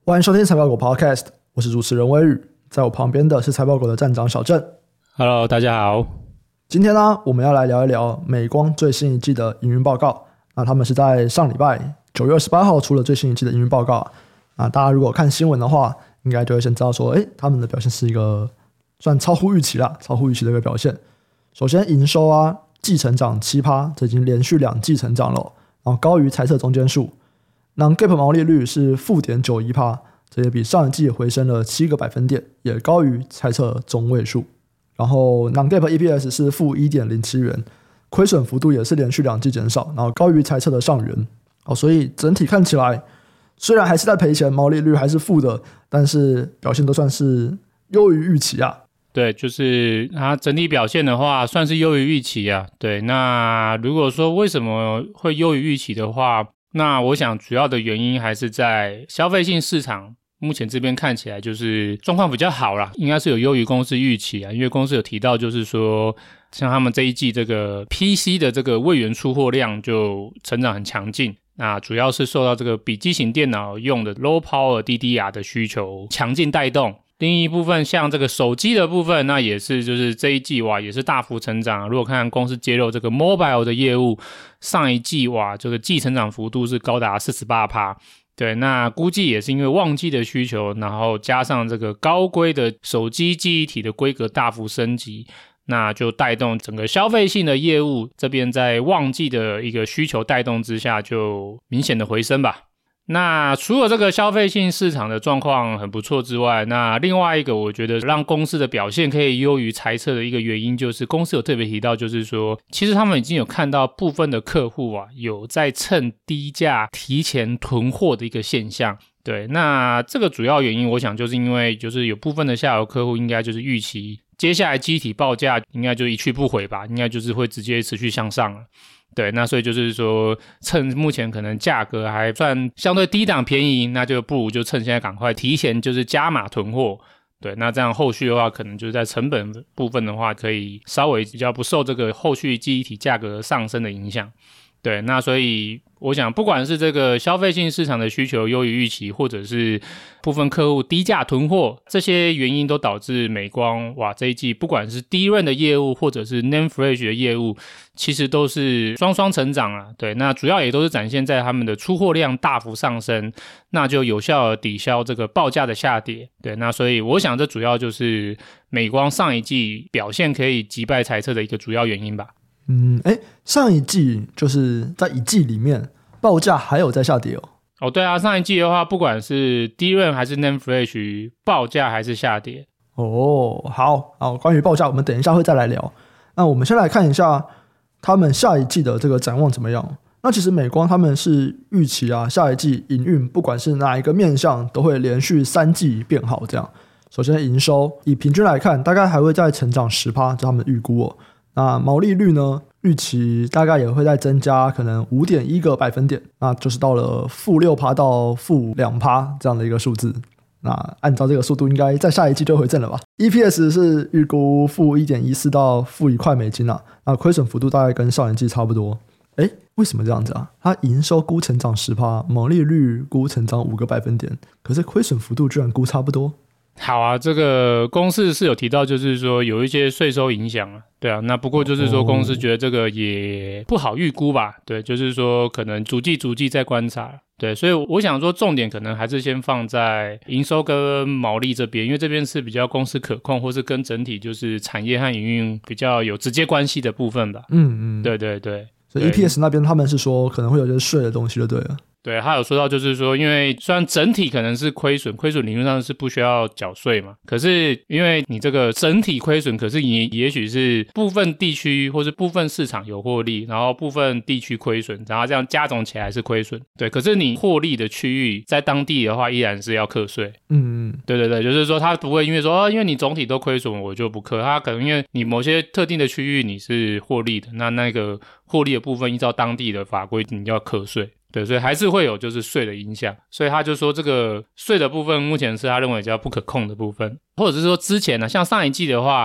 欢迎收听财报狗 Podcast， 我是主持人威宇，在我旁边的是财报狗的站长小郑。 Hello， 大家好。 今天呢，我们要来聊一聊美光最新一季的营运报告。那他们是在上礼拜9月28号出了最新一季的营运报告。那大家如果看新闻的话，应该就会先知道说，他们的表现是一个算超乎预期啦，超乎预期的一个表现。首先营收啊，季成长 7%， 这已经连续2季成长了，然后高于财测中间数。Non-GAAP 毛利率是负 0.91%， 这也比上一季回升了7个百分点，也高于财测中位数。然后 Non-GAAP EPS 是负 1.07 元，亏损幅度也是连续2季减少，然后高于财测的上元。所以整体看起来，虽然还是在赔钱，毛利率还是负的，但是表现都算是优于预期啊。 对，就是它整体表现的话，算是优于预期啊。对，那如果说为什么会优于预期的话，那我想主要的原因还是在消费性市场，目前这边看起来就是状况比较好啦，应该是有优于公司预期啊。因为公司有提到就是说，像他们这一季这个 PC 的这个位元出货量就成长很强劲，那主要是受到这个笔记型电脑用的 Low Power DDR 的需求强劲带动。另一部分像这个手机的部分，那也是就是这一季也是大幅成长。如果看公司揭露这个 Mobile 的业务，上一季这个季成长幅度是高达 48%。对，那估计也是因为旺季的需求，然后加上这个高规的手机记忆体的规格大幅升级，那就带动整个消费性的业务这边在旺季的一个需求带动之下就明显的回升吧。那除了这个消费性市场的状况很不错之外，那另外一个我觉得让公司的表现可以优于财测的一个原因，就是公司有特别提到，就是说其实他们已经有看到部分的客户有在趁低价提前囤货的一个现象。对，那这个主要原因我想就是因为就是有部分的下游客户应该就是预期接下来机体报价应该就一去不回吧，应该就是会直接持续向上了。对，那所以就是说趁目前可能价格还算相对低档便宜，那就不如就趁现在赶快提前就是加码囤货。对，那这样后续的话可能就是在成本部分的话可以稍微比较不受这个后续记忆体价格上升的影响。对，那所以我想不管是这个消费性市场的需求优于预期，或者是部分客户低价囤货，这些原因都导致美光这一季不管是DRAM的业务或者是 NAND Flash 的业务其实都是双双成长啊。对，那主要也都是展现在他们的出货量大幅上升，那就有效的抵消这个报价的下跌。对，那所以我想这主要就是美光上一季表现可以击败财测的一个主要原因吧。 上一季就是在一季里面报价还有在下跌对啊，上一季的话不管是 DRAM 还是 NAND Flash 报价还是下跌。 好，关于报价我们等一下会再来聊。那我们先来看一下他们下一季的这个展望怎么样。那其实美光他们是预期下一季营运不管是哪一个面向都会连续3季变好这样。首先营收以平均来看大概还会再成长 10%， 这他们预估那毛利率呢，预期大概也会再增加可能 5.1 个百分点，那就是到了负 6% 到负 2% 这样的一个数字。那按照这个速度应该在下一季就回正了吧。 EPS 是预估负 1.14 到负1块美金那亏损幅度大概跟上一季差不多。为什么这样子它营收估成长 10%， 毛利率估成长5个百分点，可是亏损幅度居然估差不多。 好啊，这个公司是有提到就是说有一些税收影响对啊，那不过就是说公司觉得这个也不好预估吧。对，就是说可能逐季再观察。对，所以我想说重点可能还是先放在营收跟毛利这边，因为这边是比较公司可控或是跟整体就是产业和营运比较有直接关系的部分吧。对， 所以 EPS 那边他们是说可能会有些税的东西就对了。 对，他有说到就是说因为虽然整体可能是亏损理论上是不需要缴税嘛，可是因为你这个整体亏损，可是你也许是部分地区或是部分市场有获利，然后部分地区亏损，然后这样加总起来是亏损。对，可是你获利的区域在当地的话依然是要课税。对，就是说他不会因为说因为你总体都亏损我就不课，他可能因为你某些特定的区域你是获利的，那个获利的部分依照当地的法规你要课税。对，所以还是会有就是税的影响，所以他就说这个税的部分目前是他认为比较不可控的部分，或者是说之前像上一季的话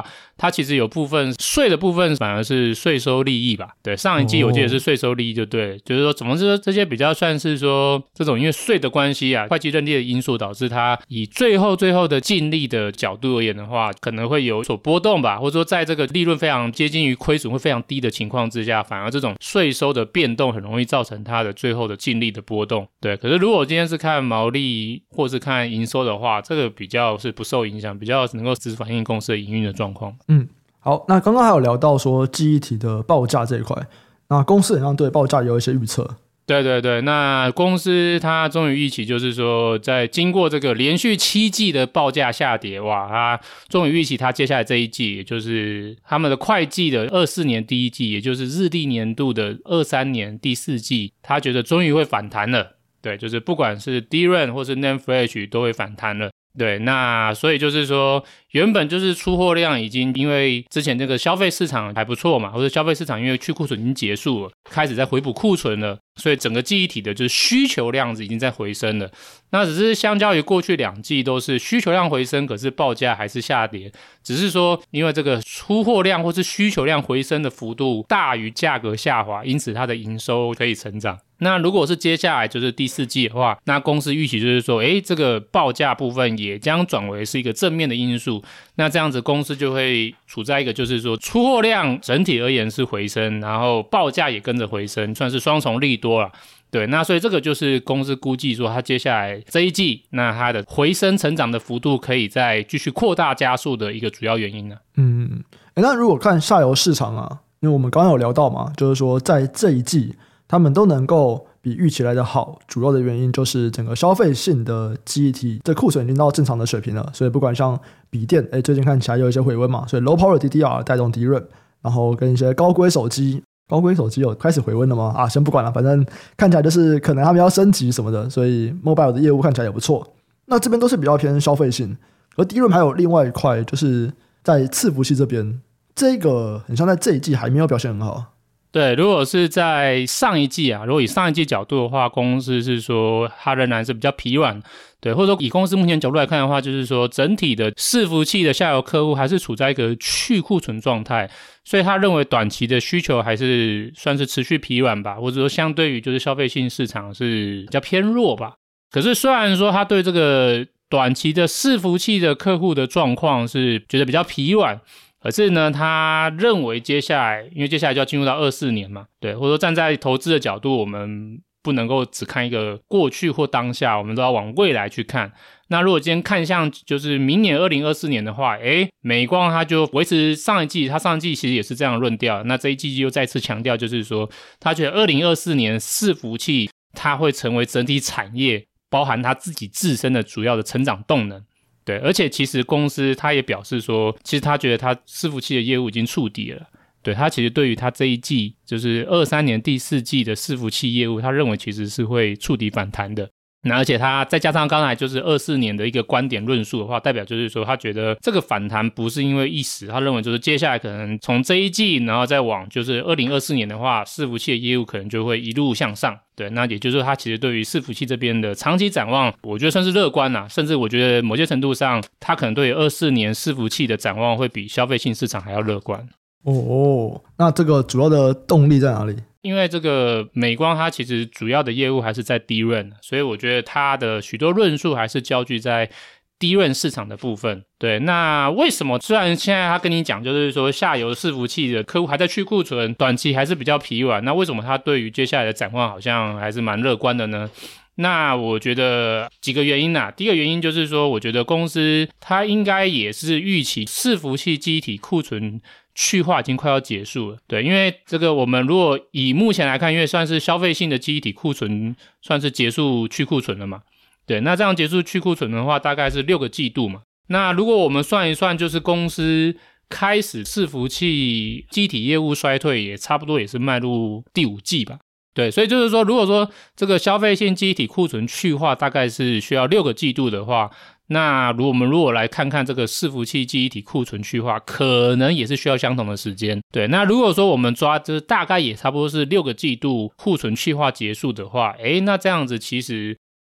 它其实有部分税的部分反而是税收利益吧。对，上一季我记得是税收利益就对了，就是说怎么说这些比较算是说这种因为税的关系啊，会计认列的因素导致它以最后的净利的角度而言的话，可能会有所波动吧，或者说在这个利润非常接近于亏损会非常低的情况之下，反而这种税收的变动很容易造成它的最后的净利的波动。对，可是如果今天是看毛利或是看营收的话，这个比较是不受影响，比较能够只反映公司的营运的状况。 好，那刚刚还有聊到说记忆体的报价这一块，那公司好像对报价有一些预测。 对，那公司它终于预期就是说在经过这个连续7季的报价下跌，哇，它终于预期它接下来这一季，也就是他们的会计的24年第一季，也就是日历年度的23年第4季，他觉得终于会反弹了。对，就是不管是 DRAM 或是 NAND Flash 都会反弹了。对，那所以就是说原本就是出货量已经因为之前这个消费市场还不错嘛，或者消费市场因为去库存已经结束了，开始在回补库存了，所以整个记忆体的就是需求量已经在回升了。那只是相较于过去2季都是需求量回升，可是报价还是下跌，只是说因为这个出货量或是需求量回升的幅度大于价格下滑，因此它的营收可以成长。那如果是接下来就是第4季的话，那公司预期就是说这个报价部分也将转为是一个正面的因素，那这样子公司就会处在一个就是说出货量整体而言是回升，然后报价也跟着回升，算是双重利多啦。对，那所以这个就是公司估计说它接下来这一季那它的回升成长的幅度可以再继续扩大加速的一个主要原因呢。 那如果看下游市场啊，因为我们刚刚有聊到嘛，就是说在这一季他们都能够比预期来的好，主要的原因就是整个消费性的记忆体这库存已经到正常的水平了，所以不管像笔电最近看起来有一些回温嘛，所以 low power DDR 带动DRAM，然后跟一些高规手机有开始回温了吗？先不管了，反正看起来就是可能他们要升级什么的，所以 mobile 的业务看起来也不错。那这边都是比较偏消费性，而 DRAM 还有另外一块就是在伺服器这边，这个很像在这一季还没有表现很好。 对，如果是在上一季如果以上一季角度的话，公司是说它仍然是比较疲软。对，或者说以公司目前角度来看的话，就是说整体的伺服器的下游客户还是处在一个去库存状态，所以他认为短期的需求还是算是持续疲软吧，或者说相对于就是消费性市场是比较偏弱吧。可是虽然说他对这个短期的伺服器的客户的状况是觉得比较疲软，可是呢他认为接下来因为接下来就要进入到24年嘛，对，或者说站在投资的角度，我们不能够只看一个过去或当下，我们都要往未来去看。那如果今天看向就是明年2024年的话，美光它就维持上一季，它上一季其实也是这样论调，那这一季又再次强调，就是说他觉得2024年伺服器它会成为整体产业包含它自己自身的主要的成长动能。对，而且其实公司它也表示说，其实他觉得它伺服器的业务已经触底了。对，他其实对于他这一季就是23年第4季的伺服器业务，他认为其实是会触底反弹的。那而且他再加上刚才就是24年的一个观点论述的话，代表就是说他觉得这个反弹不是因为一时，他认为就是接下来可能从这一季然后再往就是2024年的话，伺服器的业务可能就会一路向上。对，那也就是说他其实对于伺服器这边的长期展望，我觉得算是乐观啦，甚至我觉得某些程度上他可能对于24年伺服器的展望会比消费性市场还要乐观。 那这个主要的动力在哪里？ 因为这个美光它其实主要的业务还是在 DRAM， 所以我觉得它的许多论述还是焦聚在 DRAM 市场的部分。对，那为什么虽然现在他跟你讲就是说下游伺服器的客户还在去库存，短期还是比较疲软，那为什么他对于接下来的展望好像还是蛮乐观的呢？那我觉得几个原因第一个原因就是说，我觉得公司它应该也是预期伺服器记忆体库存去化已经快要结束了。对，因为这个我们如果以目前来看，因为算是消费性的记忆体库存算是结束去库存了嘛，对，那这样结束去库存的话大概是6个季度嘛。那如果我们算一算，就是公司开始伺服器记忆体业务衰退也差不多也是迈入第5季吧。对，所以就是说如果说这个消费性记忆体库存去化大概是需要6个季度的话，那我们如果来看看这个伺服器记忆体库存去化，可能也是需要相同的时间。对，那如果说我们抓就是大概也差不多是6个季度库存去化结束的话，那这样子其实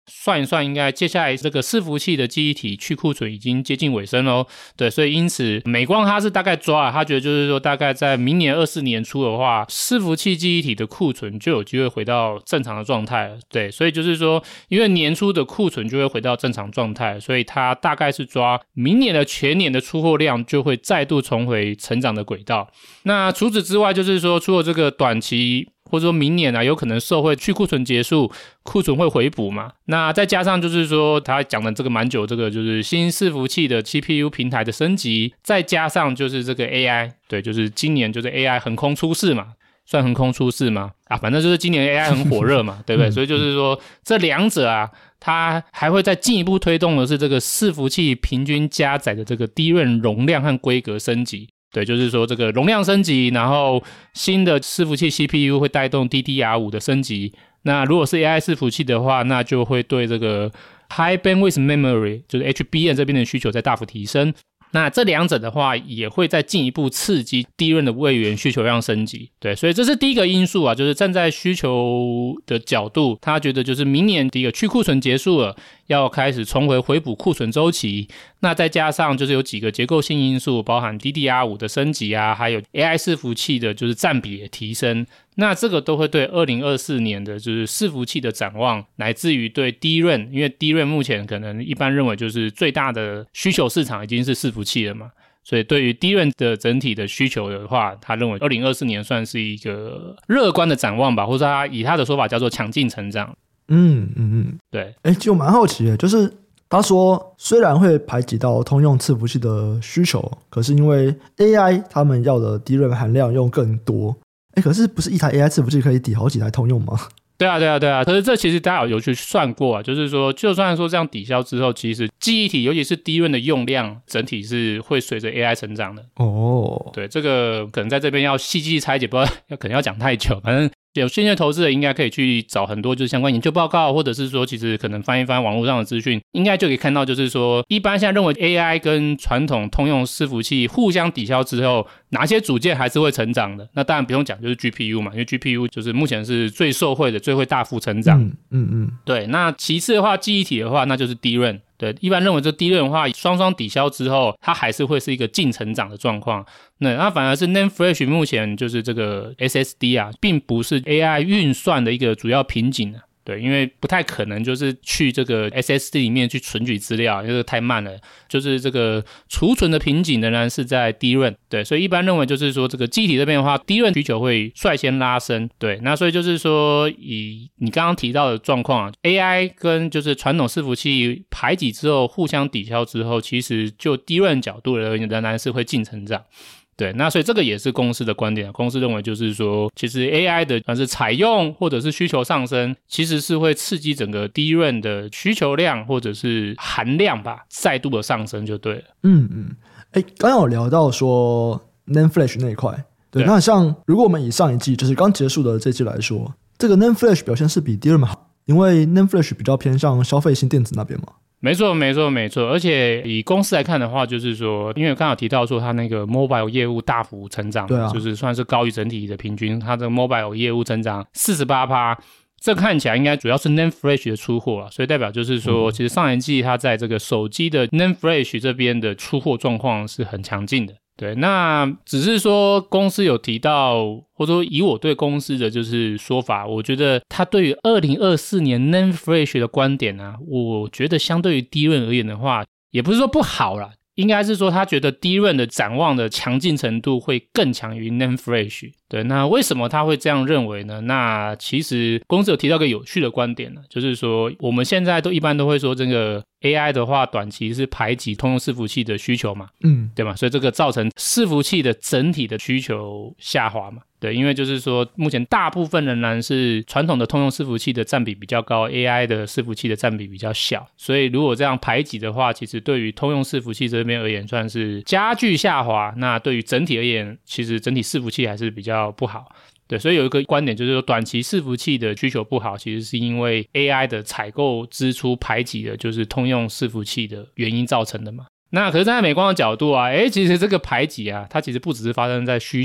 算一算，应该接下来这个伺服器的记忆体去库存已经接近尾声咯。对，所以因此美光它是大概抓他觉得就是说大概在明年24年初的话，伺服器记忆体的库存就有机会回到正常的状态了。对，所以就是说因为年初的库存就会回到正常状态，所以它大概是抓明年的全年的出货量就会再度重回成长的轨道。那除此之外就是说除了这个短期或者说明年有可能受惠去库存结束，库存会回补嘛，那再加上就是说他讲的这个蛮久，这个就是新伺服器的 GPU 平台的升级，再加上就是这个 AI， 对，就是今年就是 AI 横空出世嘛，算横空出世吗？反正就是今年 AI 很火热嘛，对不对？所以就是说这两者它还会再进一步推动的是这个伺服器平均加载的这个DRAM容量和规格升级。对，就是说这个容量升级，然后新的伺服器 CPU 会带动 DDR5 的升级。那如果是 AI 伺服器的话，那就会对这个 High Bandwidth Memory 就是 HBM 这边的需求再大幅提升。那这两者的话也会再进一步刺激DRAM的位元需求量升级。对，所以这是第一个因素就是站在需求的角度，他觉得就是明年第一个去库存结束了，要开始重回补库存周期。那再加上就是有几个结构性因素，包含 DDR5 的升级还有 AI 伺服器的就是占比的提升。那这个都会对2024年的就是伺服器的展望，乃至于对 DRAM， 因为 DRAM 目前可能一般认为就是最大的需求市场已经是伺服器了嘛，所以对于 DRAM 的整体的需求的话，他认为2024年算是一个乐观的展望吧，或者他以他的说法叫做强劲成长。对。 其实我蛮好奇的，就是他说虽然会排挤到通用伺服器的需求，可是因为 AI 他们要的 DRAM 含量用更多，可是不是一台 AI 伺服器可以抵好几台通用吗？ 对啊，可是这其实大家有去算过就是说就算说这样抵消之后，其实记忆体尤其是 DRAM 的用量整体是会随着 AI 成长的。对，这个可能在这边要细细拆解，不知道可能要讲太久，反正有兴趣的投资人应该可以去找很多就是相关研究报告，或者是说其实可能翻一翻网络上的资讯，应该就可以看到就是说一般现在认为 AI 跟传统通用伺服器互相抵消之后，哪些组件还是会成长的。那当然不用讲就是 GPU 嘛，因为 GPU 就是目前是最受惠的，最会大幅成长。对，那其次的话记忆体的话那就是 DRAM。对，一般认为这 DRAM 的话双双抵消之后，它还是会是一个净成长的状况。那反而是 NAND Flash 目前就是这个 SSD 并不是 AI 运算的一个主要瓶颈。对，因为不太可能就是去这个 SSD 里面去存取资料，因为太慢了，就是这个储存的瓶颈仍然是在 DRAM。对，所以一般认为就是说这个记忆体这边的话 DRAM 需求会率先拉升。对，那所以就是说以你刚刚提到的状况AI 跟就是传统伺服器排挤之后互相抵消之后，其实就 DRAM 角度而言仍然是会净成长。对，那所以这个也是公司的观点，公司认为就是说其实 AI 的是采用或者是需求上升，其实是会刺激整个 DRAM 的需求量或者是含量吧再度的上升就对了。 刚刚有聊到说 NAND Flash 那一块，对，那像如果我们以上一季就是刚结束的这季来说，这个 NAND Flash 表现是比 DRAM 好，因为 NAND Flash 比较偏向消费性电子那边嘛。 没错，而且以公司来看的话，就是说因为刚好提到说它那个 mobile 业务大幅成长，就是算是高于整体的平均，它的 mobile 业务增长 48%， 这看起来应该主要是 NAND Flash 的出货所以代表就是说其实上一季它在这个手机的 NAND Flash 这边的出货状况是很强劲的。对，那只是说公司有提到，或者说以我对公司的就是说法，我觉得他对于2024年 NAND Flash 的观点我觉得相对于 DRAM 而言的话，也不是说不好啦，应该是说他觉得 DRAM 的展望的强劲程度会更强于 NAND Flash。对，那为什么他会这样认为呢？那其实公司有提到一个有趣的观点就是说我们现在一般都会说这个 AI 的话短期是排挤通用伺服器的需求嘛，对吗？所以这个造成伺服器的整体的需求下滑嘛。对，因为就是说目前大部分仍然是传统的通用伺服器的占比比较高， AI 的伺服器的占比比较小，所以如果这样排挤的话，其实对于通用伺服器这边而言算是加剧下滑，那对于整体而言其实整体伺服器还是比较不好。对，所以有一个观点就是说短期伺服器的需求不好，其实是因为 AI 的采购支出排挤的就是通用伺服器的原因造成的嘛。那可是站在美光的角度其实这个排挤它其实不只是发生在需求，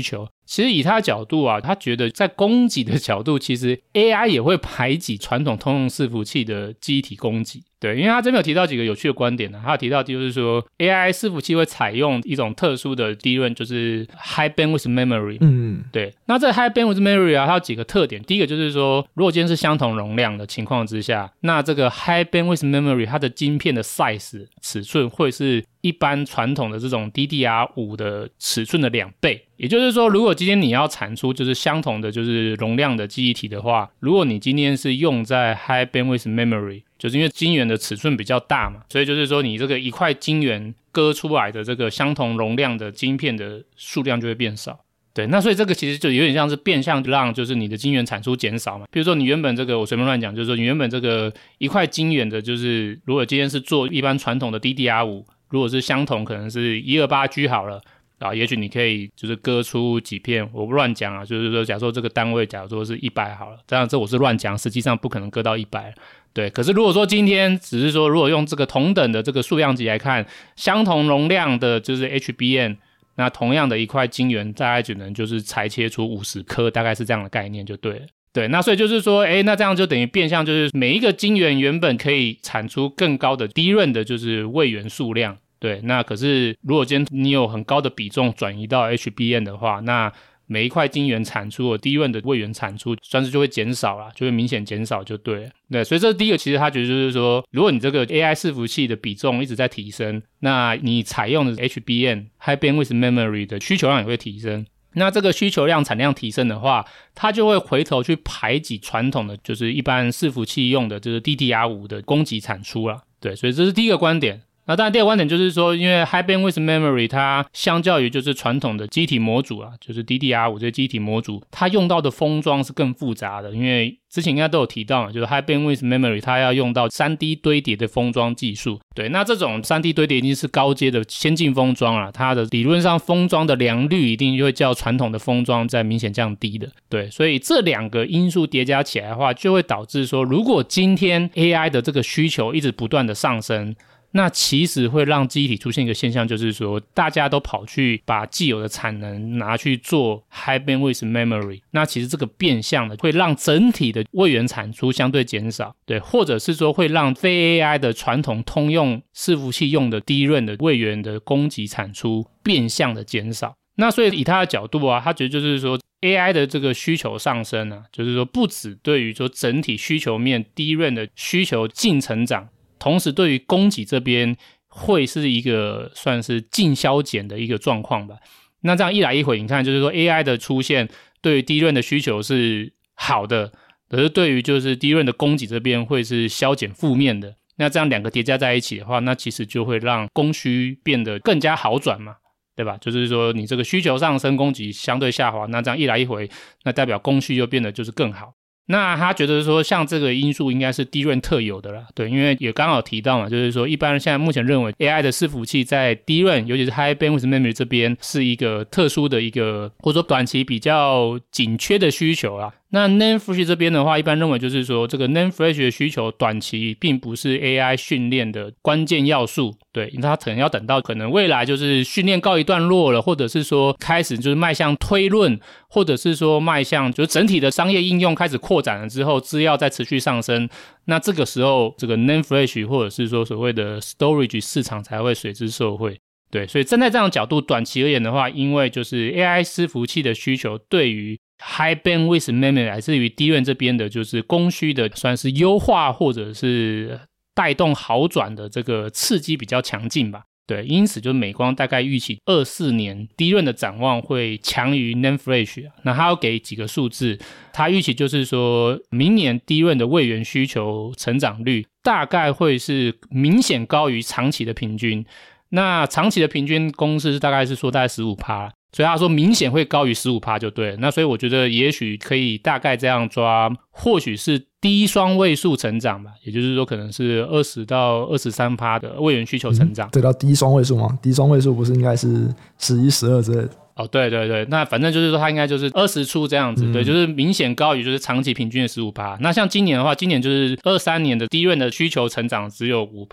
其实以他的角度啊，他觉得在供给的角度，其实 AI 也会排挤传统通用伺服器的记忆体供给。对，因为他这边有提到几个有趣的观点他有提到就是说 AI 伺服器会采用一种特殊的DRAM，就是 High Bandwidth Memory。对。那这 High Bandwidth Memory 它有几个特点，第一个就是说，如果今天是相同容量的情况之下，那这个 High Bandwidth Memory 它的晶片的 size 尺寸会是一般传统的这种 DDR5 的尺寸的2倍。也就是说，如果今天你要产出就是相同的就是容量的记忆体的话，如果你今天是用在 High Bandwidth Memory， 就是因为晶圆的尺寸比较大嘛，所以就是说你这个一块晶圆割出来的这个相同容量的晶片的数量就会变少。对，那所以这个其实就有点像是变相让就是你的晶圆产出减少嘛。比如说你原本这个我随便乱讲，就是说你原本这个一块晶圆的就是如果今天是做一般传统的 DDR5， 如果是相同可能是 128G 好了也许你可以就是割出几片，我不乱讲啊，就是说假如说这个单位假如说是100好了，当然这我是乱讲，实际上不可能割到100。对，可是如果说今天只是说如果用这个同等的这个数量级来看，相同容量的就是 HBM， 那同样的一块晶圆大概只能就是裁切出50颗，大概是这样的概念就对了。对，那所以就是说那这样就等于变相就是每一个晶圆原本可以产出更高的DRAM的就是位元数量。对，那可是如果今天你有很高的比重转移到 HBM 的话，那每一块晶圆产出的DRAM的位元产出算是就会减少啦，就会明显减少就对了。对，所以这是第一个，其实他觉得就是说，如果你这个 AI 伺服器的比重一直在提升，那你采用的 HBM High Bandwidth Memory 的需求量也会提升。那这个需求量产量提升的话，它就会回头去排挤传统的就是一般伺服器用的就是 DDR5 的供给产出啦。对，所以这是第一个观点。那当然第二个观点就是说，因为 High Bandwidth Memory 它相较于就是传统的基体模组就是 DDR5 这些基体模组，它用到的封装是更复杂的，因为之前应该都有提到嘛，就是 High Bandwidth Memory 它要用到 3D 堆叠的封装技术。对，那这种 3D 堆叠一定是高阶的先进封装它的理论上封装的良率一定就会较传统的封装在明显降低的。对，所以这两个因素叠加起来的话，就会导致说，如果今天 AI 的这个需求一直不断的上升，那其实会让记忆体出现一个现象，就是说大家都跑去把既有的产能拿去做 High Bandwidth Memory， 那其实这个变相的会让整体的位元产出相对减少。对，或者是说会让非 AI 的传统通用伺服器用的DRAM的位元的供给产出变相的减少。那所以以他的角度他觉得就是说 AI 的这个需求上升就是说不只对于说整体需求面 DRAM 的需求净成长，同时对于供给这边会是一个算是净消减的一个状况吧。那这样一来一回，你看就是说 AI 的出现对于 DRAM 的需求是好的，可是对于就是 DRAM 的供给这边会是消减负面的。那这样两个叠加在一起的话，那其实就会让供需变得更加好转嘛，对吧？就是说你这个需求上升，供给相对下滑，那这样一来一回，那代表供需就变得就是更好。那他觉得说像这个因素应该是DRAM特有的啦，对，因为也刚好提到嘛，就是说一般现在目前认为 AI 的伺服器在 DRAM 尤其是 High Bandwidth Memory 这边是一个特殊的一个或者说短期比较紧缺的需求啦。那 NAND Flash 这边的话，一般认为就是说这个 NAND Flash 的需求短期并不是 AI 训练的关键要素，对，因为它可能要等到可能未来就是训练告一段落了，或者是说开始就是迈向推论，或者是说迈向就是整体的商业应用开始扩展了之后，资料再持续上升，那这个时候这个 NAND Flash 或者是说所谓的 Storage 市场才会随之受惠。对，所以站在这样的角度，短期而言的话，因为就是 AI 伺服器的需求对于 High Bandwidth Memory 来自于 DRAM 这边的就是供需的算是优化或者是带动好转的这个刺激比较强劲吧。对，因此就美光大概预期24年 DRAM 的展望会强于 NAND Flash。那他要给几个数字，他预期就是说明年 DRAM 的位元需求成长率大概会是明显高于长期的平均。那长期的平均公式大概是说大概 15%， 所以他说明显会高于 15% 就对了。那所以我觉得也许可以大概这样抓，或许是低双位数成长吧，也就是说可能是20到23% 的位元需求成长。 这叫低双位数吗？低双位数不是应该是11、12之类的？ 对对对，那反正就是说它应该就是20出这样子，对，就是明显高于就是长期平均的 15%。那像今年的话，今年就是23年的DRAM的需求成长只有 5%，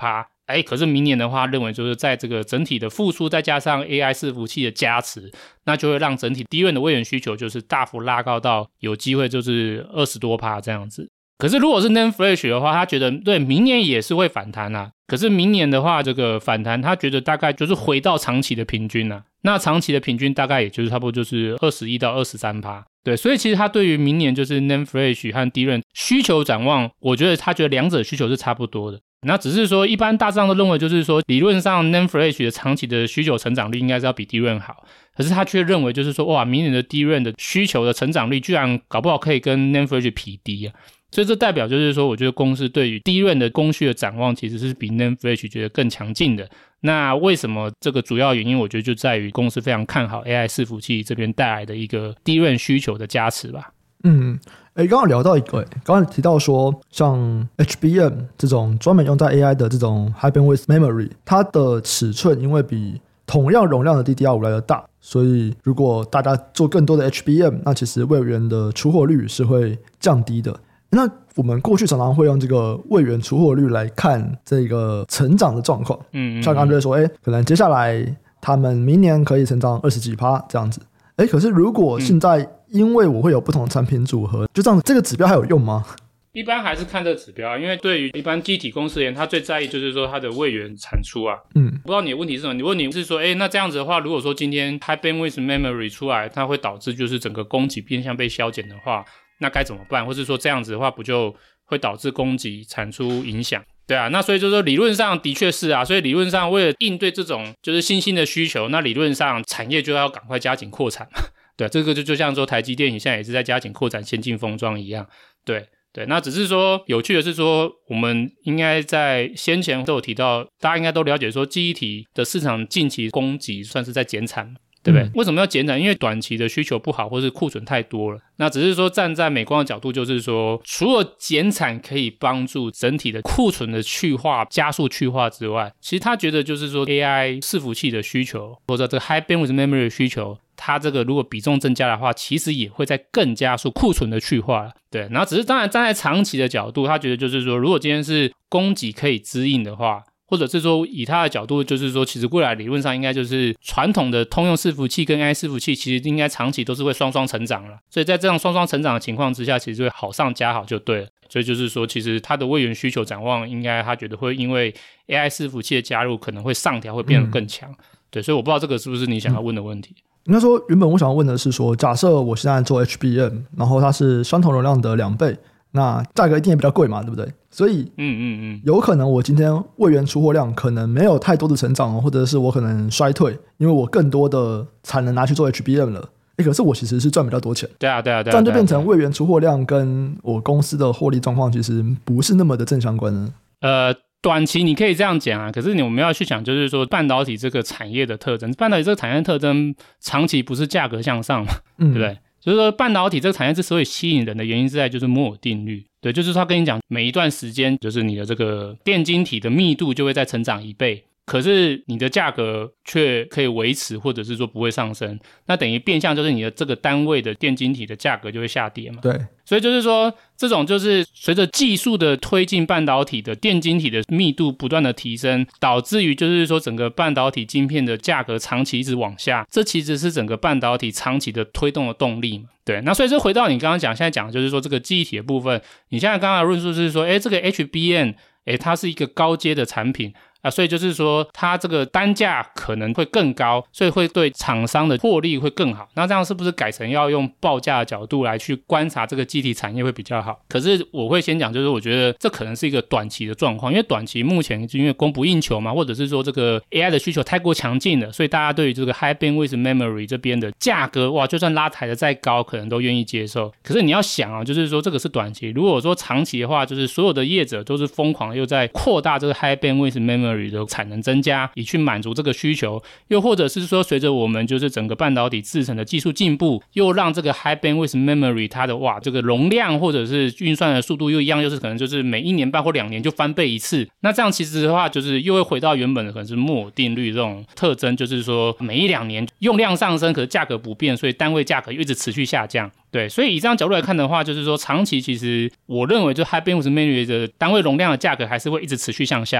可是明年的话认为就是在这个整体的复苏再加上 AI 伺服器的加持，那就会让整体DRAM的位元需求就是大幅拉高到有机会就是20多%这样子。可是如果是 NAND Flash 的话，他觉得对明年也是会反弹啊，可是明年的话这个反弹他觉得大概就是回到长期的平均啊，那长期的平均大概也就是差不多就是21到23%。对，所以其实他对于明年就是 NAND Flash 和 DRAM 需求展望，我觉得他觉得两者需求是差不多的。那只是说一般大致上都认为就是说理论上 NAND Flash 的长期的需求成长率应该是要比 DRAM 好，可是他却认为就是说哇，明年的 DRAM 的需求的成长率居然搞不好可以跟 NAND Flash 匹敌啊。所以这代表就是说我觉得公司对于 DRAM 的供需的展望其实是比 NAND Flash 觉得更强劲的。那为什么这个主要原因我觉得就在于公司非常看好 AI 伺服器这边带来的一个 DRAM 需求的加持吧。 刚刚聊到一个，刚刚提到说像 HBM 这种专门用在 AI 的这种 High Bandwidth Memory， 它的尺寸因为比同样容量的 DDR5 来的大，所以如果大家做更多的 HBM， 那其实位元的出货率是会降低的。那我们过去常常会用这个位元出货率来看这个成长的状况，像刚刚就会说可能接下来他们明年可以成长20几%这样子。可是如果现在因为我会有不同的产品组合，就这样这个指标还有用吗？ 一般还是看这个指标，因为对于一般记忆体公司而言，他最在意就是说它的位元产出啊。不知道你的问题是什么？你问题是说，那这样子的话，如果说今天 High Bandwidth Memory 出来，它会导致就是整个供给变相被削减的话，那该怎么办？或是说这样子的话，不就会导致供给产出影响？对啊，那所以就是说理论上的确是啊，所以理论上为了应对这种就是新兴的需求，那理论上产业就要赶快加紧扩产嘛。对，这个就像说台积电现在也是在加紧扩展先进封装一样。对，那只是说有趣的是说，我们应该在先前都有提到，大家应该都了解说记忆体的市场近期供给算是在减产，对不对？为什么要减产？因为短期的需求不好，或是库存太多了。那只是说站在美光的角度，就是说除了减产可以帮助整体的库存的去化、加速去化之外，其实他觉得就是说 AI 伺服器的需求，或者这个 High Bandwidth Memory 的需求，它这个如果比重增加的话，其实也会在更加速库存的去化了。对，然后只是当然站在长期的角度，他觉得就是说如果今天是供给可以支应的话，或者是说以他的角度就是说其实未来理论上应该就是传统的通用伺服器跟 AI 伺服器其实应该长期都是会双双成长了，所以在这样双双成长的情况之下，其实会好上加好就对了。所以就是说其实他的位元需求展望应该他觉得会因为 AI 伺服器的加入可能会上调，会变得更强。对，所以我不知道这个是不是你想要问的问题。 应该说原本我想要问的是说，假设我现在做 HBM， 然后它是相同容量的2倍，那价格一定也比较贵嘛，对不对？所以有可能我今天位元出货量可能没有太多的成长，或者是我可能衰退，因为我更多的产能拿去做 HBM 了。可是我其实是赚比较多钱。 对啊，这样就变成位元出货量跟我公司的获利状况其实不是那么的正相关的。 短期你可以这样讲啊，可是我们要去想就是说半导体这个产业的特征，半导体这个产业的特征长期不是价格向上嘛，对不对？就是说半导体这个产业之所以吸引人的原因是在就是摩尔定律。对，就是他跟你讲每一段时间就是你的这个电晶体的密度就会再成长1倍，可是你的价格却可以维持或者是说不会上升，那等于变相就是你的这个单位的电晶体的价格就会下跌嘛。 对， 所以就是说这种就是随着技术的推进，半导体的电晶体的密度不断的提升，导致于就是说整个半导体晶片的价格长期一直往下，这其实是整个半导体长期的推动的动力嘛。对，那所以这回到你刚刚讲，现在讲的就是说这个记忆体的部分，你现在刚刚的论述是说这个 HBM 它是一个高阶的产品所以就是说它这个单价可能会更高，所以会对厂商的获利会更好。那这样是不是改成要用报价的角度来去观察这个记忆体产业会比较好？可是我会先讲，就是我觉得这可能是一个短期的状况，因为短期目前因为供不应求嘛，或者是说这个 AI 的需求太过强劲了，所以大家对于这个 High Bandwidth Memory 这边的价格哇，就算拉抬的再高可能都愿意接受。可是你要想啊，就是说这个是短期，如果说长期的话，就是所有的业者都是疯狂又在扩大这个 High Bandwidth Memory的产能增加，以去满足这个需求，又或者是说随着我们就是整个半导体制程的技术进步，又让这个 High Bandwidth Memory 它的这个容量或者是运算的速度又一样，又是可能就是每1年半或2年就翻倍一次。那这样其实的话，就是又会回到原本的可能是摩尔定律这种特征，就是说每1-2年用量上升，可是价格不变，所以单位价格又一直持续下降。对，所以以这样角度来看的话，就是说长期其实我认为就 High Bandwidth Memory 的单位容量的价格还是会一直持续向下。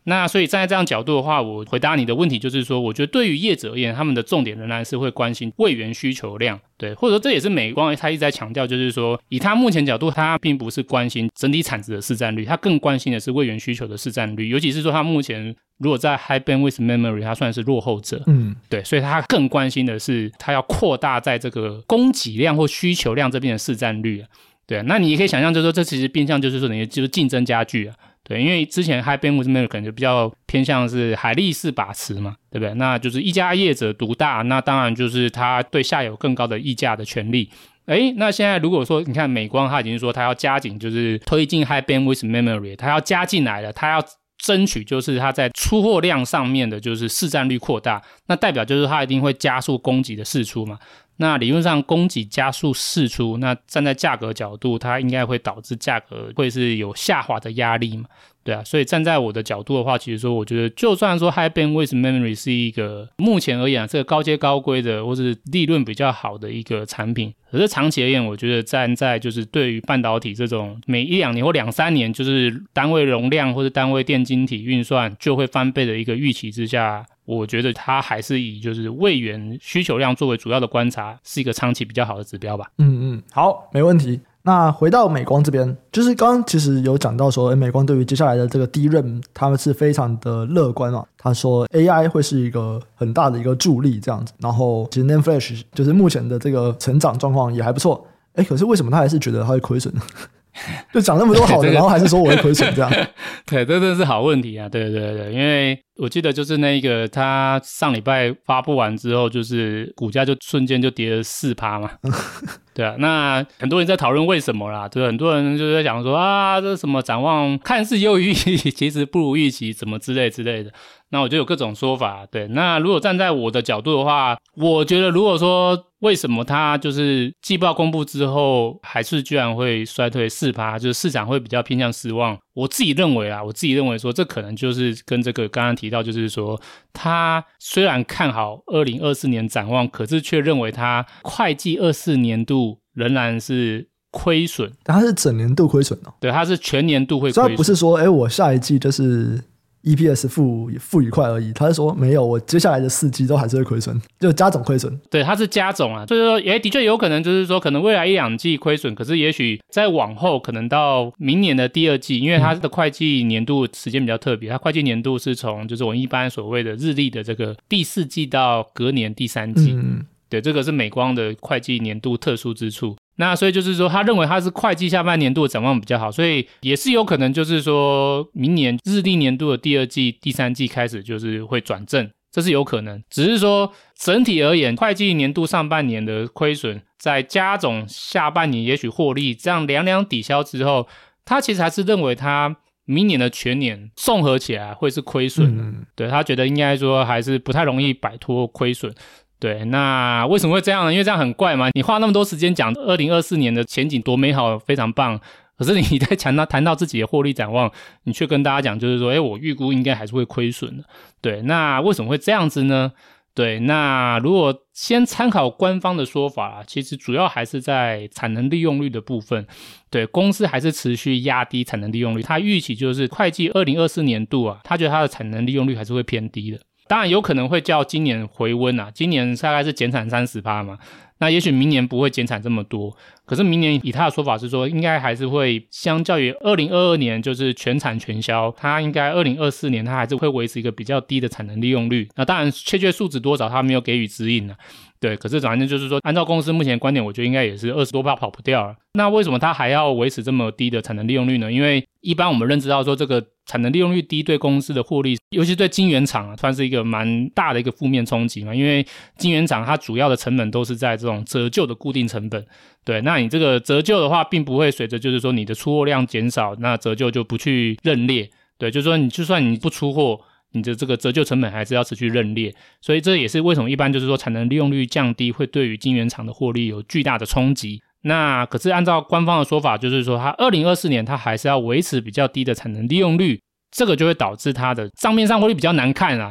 那所以站在这样角度的话，我回答你的问题就是说，我觉得对于业者而言，他们的重点仍然是会关心位元需求量，对，或者说这也是美光他一直在强调，就是说以他目前角度，他并不是关心整体产值的市占率，他更关心的是位元需求的市占率，尤其是说他目前如果在 High Bandwidth Memory 他算是落后者，对，所以他更关心的是他要扩大在这个供给量或需求量这边的市占率，对，那你也可以想象，就是说这其实变相就是说你就是竞争加剧啊。对，因为之前 High Bandwidth Memory 可能就比较偏向是海力士把持嘛，对不对？那就是一家业者独大，那当然就是他对下游更高的议价的权利。那现在如果说你看美光，他已经说他要加紧，就是推进 High Bandwidth Memory， 他要加进来了，他要争取就是他在出货量上面的就是市占率扩大，那代表就是他一定会加速供给的释出嘛。那理论上供给加速释出，那站在价格角度，它应该会导致价格会是有下滑的压力嘛，对啊，所以站在我的角度的话，其实说我觉得就算说 High Bandwidth Memory 是一个目前而言这个高阶高规的或是利润比较好的一个产品，可是长期而言，我觉得站在就是对于半导体这种每1-2年或2-3年就是单位容量或是单位电晶体运算就会翻倍的一个预期之下，我觉得它还是以就是位元需求量作为主要的观察，是一个长期比较好的指标吧。 好，没问题。那回到美光这边，就是刚刚其实有讲到说，美光对于接下来的这个DRAM，他们是非常的乐观嘛。他说 AI 会是一个很大的一个助力这样子，然后其实 NAND Flash 就是目前的这个成长状况也还不错。可是为什么他还是觉得他会亏损呢？就讲那么多好的，然后还是说我会亏损这样？ 对，这真的是好问题啊！对，因为我记得就是那个他上礼拜发布完之后，就是股价就瞬间就跌了4%嘛。对啊，那很多人在讨论为什么啦，对，很多人就在讲说啊，这什么展望看似优于预期，其实不如预期，怎么之类的。那我就有各种说法，对。那如果站在我的角度的话，我觉得如果说为什么它就是季报公布之后还是居然会衰退4%，就是市场会比较偏向失望。我自己认为说这可能就是跟这个刚刚提到，就是说他虽然看好2024年展望，可是却认为他会计24年度仍然是亏损。 但它是整年度亏损哦。 对，它是全年度会亏损。 所以它不是说我下一季就是EPS 负1块而已，他是说没有，我接下来的4季都还是会亏损，就加总亏损。 对，它是加总啊，所以说的确有可能就是说可能未来1-2季亏损，可是也许再往后可能到明年的第2季，因为它的会计年度时间比较特别，它会计年度是从就是我们一般所谓的日历的这个第4季到隔年第3季。对，这个是美光的会计年度特殊之处。那所以就是说他认为他是会计下半年度的展望比较好，所以也是有可能就是说明年日历年度的第2季第3季开始就是会转正，这是有可能。只是说整体而言，会计年度上半年的亏损再加总下半年也许获利，这样两抵消之后，他其实还是认为他明年的全年综合起来会是亏损的。对，他觉得应该说还是不太容易摆脱亏损。对，那为什么会这样呢？因为这样很怪嘛，你花那么多时间讲2024年的前景多美好，非常棒，可是你在谈到自己的获利展望，你却跟大家讲就是说我预估应该还是会亏损的。对，那为什么会这样子呢？对，那如果先参考官方的说法其实主要还是在产能利用率的部分。对，公司还是持续压低产能利用率，它预期就是会计2024年度他觉得它的产能利用率还是会偏低的。当然有可能会叫今年回温今年大概是减产 30% 嘛，那也许明年不会减产这么多，可是明年以他的说法是说应该还是会相较于2022年就是全产全销，他应该2024年他还是会维持一个比较低的产能利用率。那当然确切数值多少他没有给予指引对，可是反正就是说按照公司目前的观点，我觉得应该也是20多%跑不掉了。那为什么它还要维持这么低的产能利用率呢？因为一般我们认知到说这个产能利用率低对公司的获利，尤其对晶圆厂算是一个蛮大的一个负面冲击嘛，因为晶圆厂它主要的成本都是在这种折旧的固定成本。对，那你这个折旧的话并不会随着就是说你的出货量减少，那折旧就不去认列。对，就是说就算你不出货，你的这个折旧成本还是要持续认列，所以这也是为什么一般就是说产能利用率降低会对于晶圆厂的获利有巨大的冲击。那可是按照官方的说法，就是说它2024年它还是要维持比较低的产能利用率，这个就会导致它的账面上获利比较难看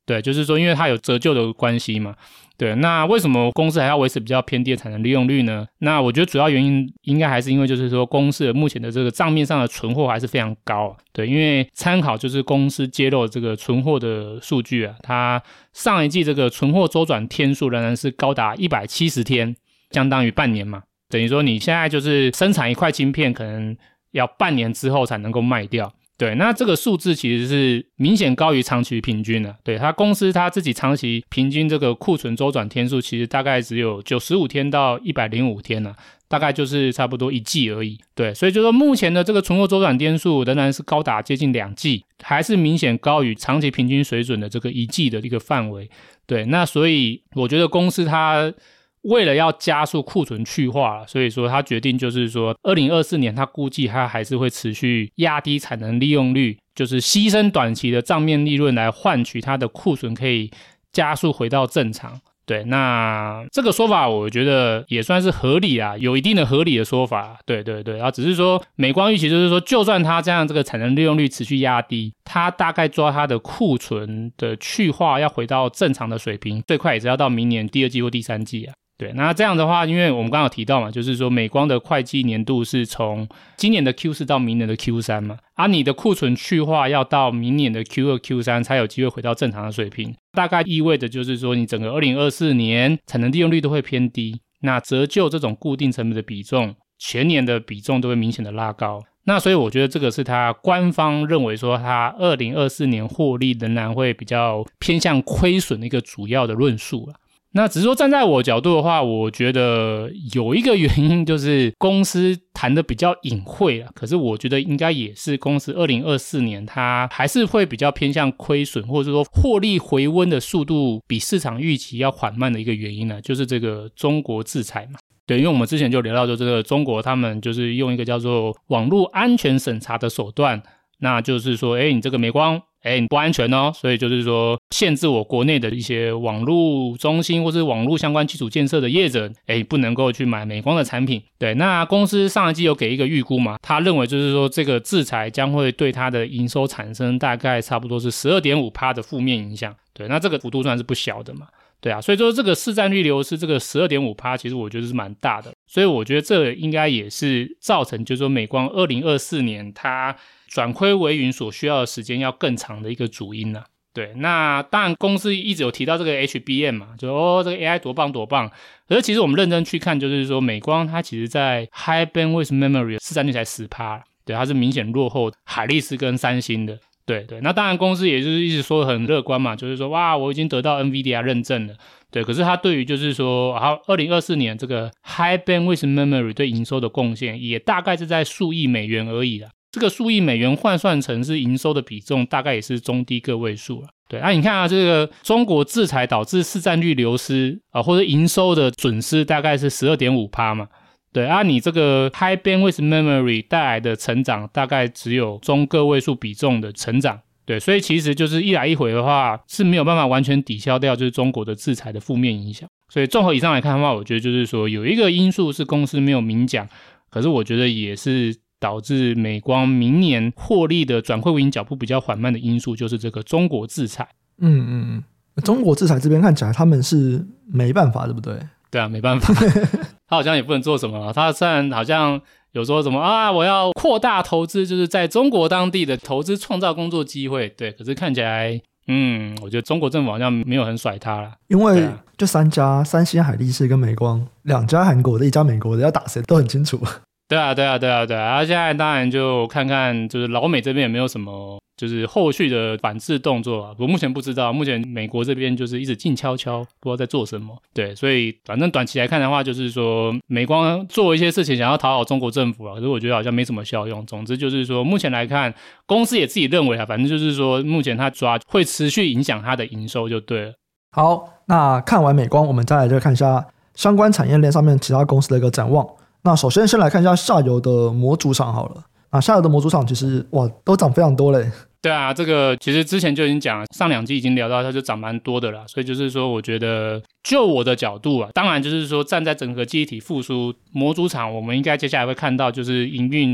对，就是说因为它有折旧的关系嘛。对，那为什么公司还要维持比较偏低的产能利用率呢？那我觉得主要原因应该还是因为就是说公司的目前的这个账面上的存货还是非常高。对，因为参考就是公司揭露这个存货的数据啊，它上一季这个存货周转天数仍然是高达170天，相当于半年嘛。等于说你现在就是生产一块晶片可能要半年之后才能够卖掉。对，那这个数字其实是明显高于长期平均的。对，他公司他自己长期平均这个库存周转天数其实大概只有95天到105天啊，大概就是差不多1季而已。对，所以就说目前的这个存货周转天数仍然是高达接近2季，还是明显高于长期平均水准的这个1季的一个范围。对，那所以我觉得公司它为了要加速库存去化，所以说他决定就是说2024年他估计他还是会持续压低产能利用率，就是牺牲短期的账面利润来换取他的库存可以加速回到正常。对，那这个说法我觉得也算是合理啊，有一定的合理的说法。对对对，然后只是说美光预期就是说，就算他这样这个产能利用率持续压低，他大概抓他的库存的去化要回到正常的水平，最快也是要到明年第2季或第3季啊。对，那这样的话，因为我们刚刚有提到嘛，就是说美光的会计年度是从今年的 Q4 到明年的 Q3 嘛，你的库存去化要到明年的 Q2 Q3 才有机会回到正常的水平，大概意味着就是说你整个2024年产能利用率都会偏低，那折旧这种固定成本的比重，全年的比重都会明显的拉高。那所以我觉得这个是他官方认为说他2024年获利仍然会比较偏向亏损的一个主要的论述啦。那只是说站在我角度的话，我觉得有一个原因就是公司谈的比较隐晦啦，可是我觉得应该也是公司2024年它还是会比较偏向亏损，或者说获利回温的速度比市场预期要缓慢的一个原因呢，就是这个中国制裁嘛。对，因为我们之前就聊到说这个中国他们就是用一个叫做网络安全审查的手段，那就是说你这个美光你不安全哦，所以就是说限制我国内的一些网络中心或是网络相关基础建设的业者不能够去买美光的产品。对，那公司上一季有给一个预估嘛，他认为就是说这个制裁将会对他的营收产生大概差不多是 12.5% 的负面影响。对，那这个幅度算是不小的嘛。对啊，所以说这个市占率流失这个 12.5% 其实我觉得是蛮大的，所以我觉得这应该也是造成就是说美光2024年它转亏为盈所需要的时间要更长的一个主因啊。对，那当然公司一直有提到这个 HBM 嘛，就这个 AI 多棒多棒，可是其实我们认真去看，就是说美光它其实在 High Bandwidth Memory 市占率才 10%， 对，它是明显落后海力士跟三星的。对对，那当然公司也就是一直说很乐观嘛，就是说哇我已经得到 NVIDIA 认证了。对，可是他对于就是说2024年这个 High Bandwidth Memory 对营收的贡献也大概是在数亿美元而已啦，这个数亿美元换算成是营收的比重大概也是中低个位数啦。对，你看这个中国制裁导致市占率流失或者营收的损失大概是 12.5% 嘛。对你这个 High Bandwidth Memory 带来的成长大概只有中个位数比重的成长。对，所以其实就是一来一回的话是没有办法完全抵消掉就是中国的制裁的负面影响。所以综合以上来看的话，我觉得就是说有一个因素是公司没有明讲，可是我觉得也是导致美光明年获利的转亏为盈脚步比较缓慢的因素，就是这个中国制裁。 中国制裁这边看起来他们是没办法，对不对？ 对啊，没办法他好像也不能做什么，他虽然好像有说什么我要扩大投资，就是在中国当地的投资创造工作机会。对，可是看起来我觉得中国政府好像没有很甩他啦， 因为就3家，三星、海力士跟美光，2家韩国的1家美国的，要打谁都很清楚。 对啊，现在当然就看看就是老美这边有没有什么就是后续的反制动作啊，我目前不知道，目前美国这边就是一直静悄悄，不知道在做什么。对，所以反正短期来看的话，就是说美光做一些事情想要讨好中国政府可是我觉得好像没什么效用。总之就是说目前来看，公司也自己认为反正就是说目前它抓会持续影响它的营收就对了。 好，那看完美光，我们再来就看一下相关产业链上面其他公司的一个展望。那首先来看一下下游的模组厂好了。下游的模组厂其实都涨非常多嘞。 对啊，这个其实之前就已经讲了，上2季已经聊到它就涨蛮多的啦，所以就是说我觉得就我的角度当然就是说站在整个记忆体复苏模组厂，我们应该接下来会看到就是营运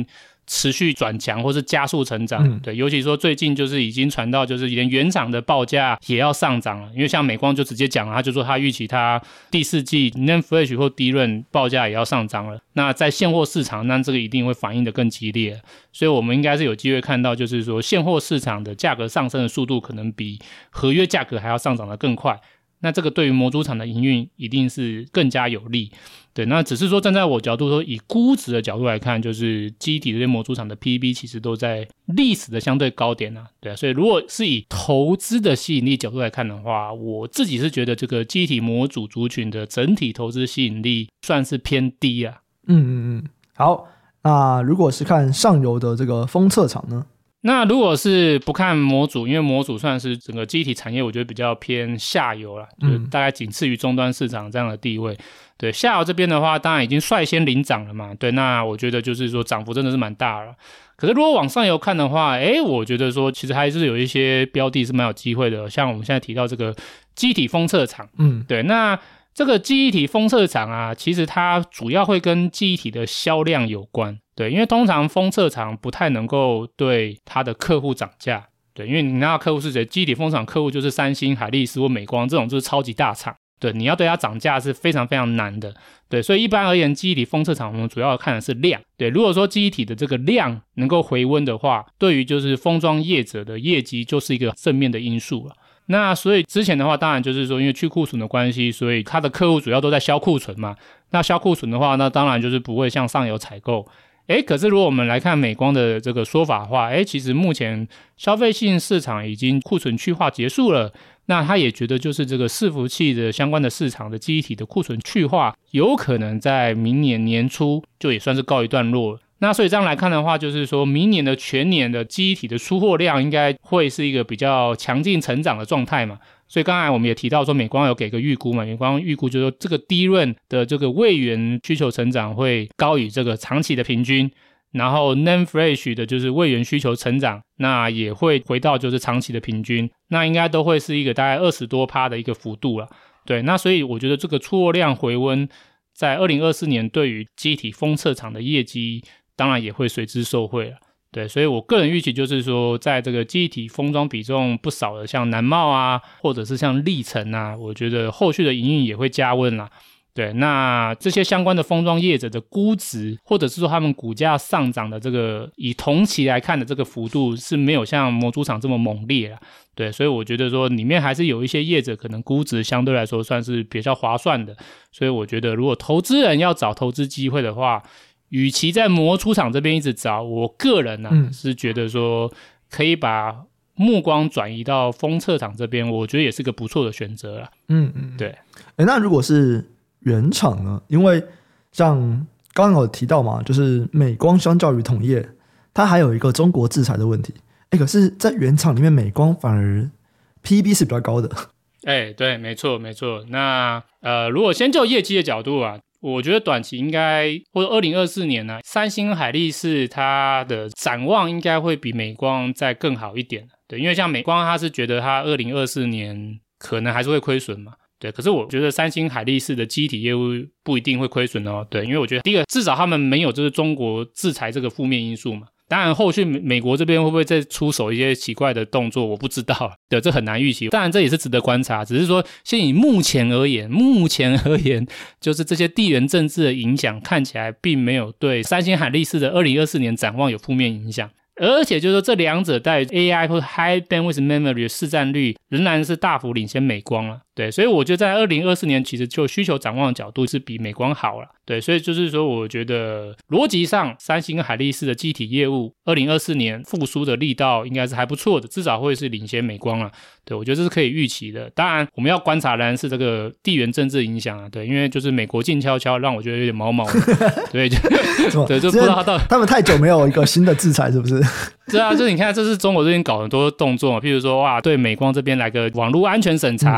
持续转强或是加速成长。对，尤其说最近就是已经传到就是连原厂的报价也要上涨了，因为像美光就直接讲了，他就说他预期他第四季 NAND Flash 或 DRAM 报价也要上涨了。那在现货市场，那这个一定会反应的更激烈，所以我们应该是有机会看到，就是说现货市场的价格上升的速度可能比合约价格还要上涨的更快。那这个对于模组厂的营运一定是更加有利。对，那只是说站在我角度说，以估值的角度来看，就是记忆体这些模组厂的 PB 其实都在历史的相对高点啊。对啊，所以如果是以投资的吸引力角度来看的话，我自己是觉得这个记忆体模组族群的整体投资吸引力算是偏低啊。 好，那如果是看上游的这个封测厂呢？ 那如果是不看模组，因为模组算是整个记忆体产业我觉得比较偏下游啦，就是大概仅次于终端市场这样的地位。对，下游这边的话当然已经率先领涨了嘛，对，那我觉得就是说涨幅真的是蛮大了。可是如果往上游看的话，我觉得说其实还是有一些标的是蛮有机会的，像我们现在提到这个记忆体封测厂，对，那这个记忆体封测厂啊，其实它主要会跟记忆体的销量有关。对，因为通常封测厂不太能够对他的客户涨价。对，因为你那个客户是谁？记忆体封测厂客户就是三星、海力士或美光这种就是超级大厂。对，你要对它涨价是非常非常难的。对，所以一般而言，记忆体封测厂我们主要看的是量。对，如果说记忆体的这个量能够回温的话，对于就是封装业者的业绩就是一个正面的因素了。那所以之前的话，当然就是说因为去库存的关系，所以他的客户主要都在销库存嘛。那销库存的话，那当然就是不会向上游采购。可是如果我们来看美光的这个说法的话，其实目前消费性市场已经库存去化结束了，那他也觉得就是这个伺服器的相关的市场的记忆体的库存去化有可能在明年年初就也算是告一段落了。那所以这样来看的话，就是说明年的全年的记忆体的出货量应该会是一个比较强劲成长的状态嘛。所以刚才我们也提到说美光有给个预估嘛，美光预估就是说这个DRAM的这个位元需求成长会高于这个长期的平均，然后 NAND Flash 的就是位元需求成长那也会回到就是长期的平均，那应该都会是一个大概20多%的一个幅度啦。对，那所以我觉得这个出货量回温在2024年对于记忆体封测厂的业绩当然也会随之受惠了。对，所以我个人预期就是说在这个记忆体封装比重不少的像南茂啊或者是像力成啊，我觉得后续的营运也会加温啦。对，那这些相关的封装业者的估值或者是说他们股价上涨的这个以同期来看的这个幅度是没有像模组厂这么猛烈啦。对，所以我觉得说里面还是有一些业者可能估值相对来说算是比较划算的，所以我觉得如果投资人要找投资机会的话，与其在模组厂这边一直找，我个人是觉得说可以把目光转移到封测厂这边，我觉得也是个不错的选择啦。对。 那如果是原厂呢？因为像刚刚有提到嘛，就是美光相较于统业，它还有一个中国制裁的问题。可是在原厂里面，美光反而 PB 是比较高的。 对，没错没错。那如果先就业绩的角度啊，我觉得短期应该或者2024年呢，三星海力士它的展望应该会比美光再更好一点。对，因为像美光它是觉得它2024年可能还是会亏损嘛。对，可是我觉得三星海力士的记忆体业务不一定会亏损哦。对，因为我觉得第一个至少他们没有就是中国制裁这个负面因素嘛。当然后续美国这边会不会再出手一些奇怪的动作我不知道，对，这很难预期，当然这也是值得观察，只是说先以目前而言就是这些地缘政治的影响看起来并没有对三星海力士的2024年展望有负面影响，而且就是说这两者在 AI 或 High Bandwidth Memory 的市占率仍然是大幅领先美光了。对，所以我觉得在2024年其实就需求展望的角度是比美光好了。对，所以就是说我觉得逻辑上三星跟海力士的记忆体业务2024年复苏的力道应该是还不错的，至少会是领先美光了。对，我觉得这是可以预期的。当然我们要观察的是这个地缘政治影响啊。对，因为就是美国静悄悄让我觉得有点毛毛的。对，对，就不知道他们太久没有一个新的制裁是不是？ 对啊，就是你看这是中国这边搞很多动作嘛，譬如说哇对美光这边来个网络安全审查，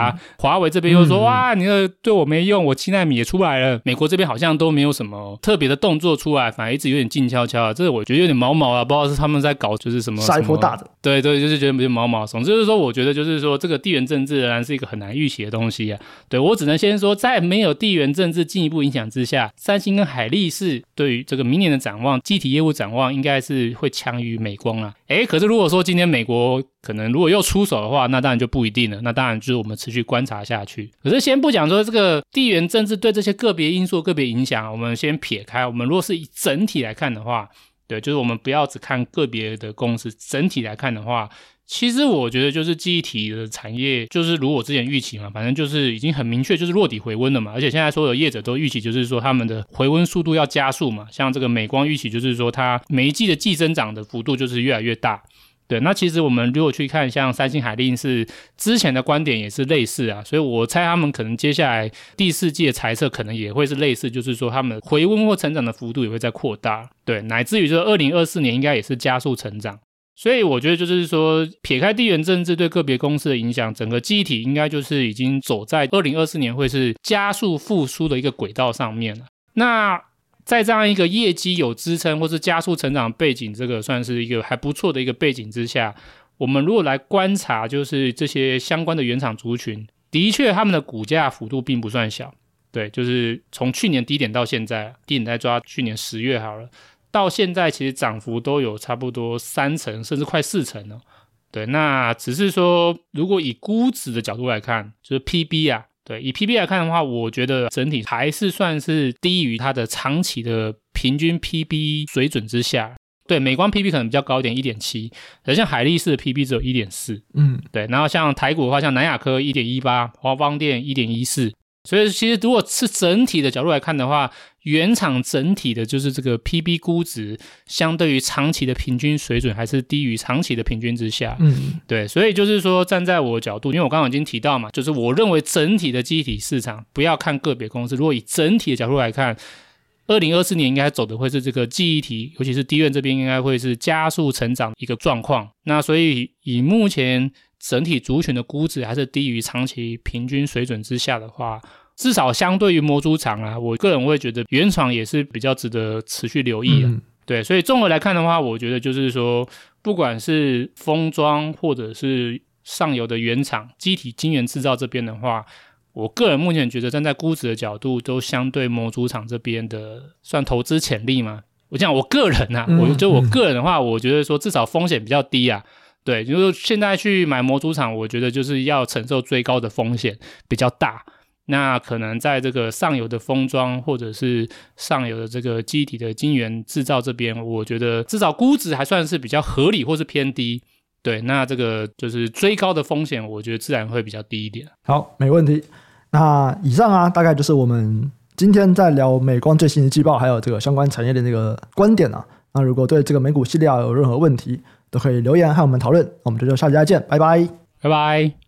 华为这边又说哇你的对我没用，我7奈米也出来了，美国这边好像都没有什么特别的动作出来，反而一直有点静悄悄啊，这个我觉得有点毛毛啊，不知道是他们在搞就是什么下一波大的， 对对，就是觉得有点毛毛。总之就是说我觉得就是说这个地缘政治仍然是一个很难预期的东西啊。对，我只能先说在没有地缘政治进一步影响之下，三星跟海力士对于这个明年的展望，机体业务展望应该是会强于美光啊。可是如果说今天美国可能如果又出手的话，那当然就不一定了，那当然就是我们持续观察下去。可是先不讲说这个地缘政治对这些个别因素个别影响，我们先撇开，我们如果是以整体来看的话，对，就是我们不要只看个别的公司，整体来看的话，其实我觉得就是记忆体的产业就是如我之前预期嘛，反正就是已经很明确就是落底回温了嘛，而且现在所有业者都预期就是说他们的回温速度要加速嘛，像这个美光预期就是说它每一季的季增长的幅度就是越来越大。对，那其实我们如果去看像三星海力士之前的观点也是类似啊，所以我猜他们可能接下来第4季的财测可能也会是类似，就是说他们回温或成长的幅度也会再扩大，对，乃至于就是2024年应该也是加速成长。所以我觉得就是说撇开地缘政治对个别公司的影响，整个记忆体应该就是已经走在2024年会是加速复苏的一个轨道上面了。那在这样一个业绩有支撑或是加速成长背景，这个算是一个还不错的一个背景之下，我们如果来观察就是这些相关的原厂族群，的确他们的股价幅度并不算小。对，就是从去年低点到现在，低点再抓去年10月好了，到现在其实涨幅都有差不多3成甚至快4成哦。对，那只是说如果以估值的角度来看，就是 PB 啊，对，以 PB 来看的话，我觉得整体还是算是低于它的长期的平均 PB 水准之下。对，美光 PB 可能比较高一点 1.7， 而像海力士的 PB 只有 1.4。对，然后像台股的话，像南亚科 1.18， 华邦电 1.14。所以其实如果是整体的角度来看的话，原厂整体的就是这个 PB 估值相对于长期的平均水准还是低于长期的平均之下。对，所以就是说站在我的角度，因为我刚刚已经提到嘛，就是我认为整体的记忆体市场不要看个别公司，如果以整体的角度来看，2024年应该走的会是这个记忆体，尤其是低院这边应该会是加速成长一个状况。那所以以目前整体族群的估值还是低于长期平均水准之下的话，至少相对于模组厂啊，我个人会觉得原厂也是比较值得持续留意啊。对，所以综合来看的话，我觉得就是说不管是封装或者是上游的原厂机体晶圆制造这边的话，我个人目前觉得站在估值的角度都相对模组厂这边的算投资潜力嘛。我讲我个人啊，我个人的话，我觉得说至少风险比较低啊。对，就是现在去买模组厂，我觉得就是要承受最高的风险比较大。那可能在这个上游的封装或者是上游的这个机体的晶圆制造这边，我觉得至少估值还算是比较合理或是偏低。对，那这个就是追高的风险，我觉得自然会比较低一点。 好，没问题。那以上啊，大概就是我们今天在聊美光最新的季报，还有这个相关产业的那个观点啊。那如果对这个美股系列有任何问题，都可以留言和我们讨论。我们就下期再见，拜拜， 拜拜。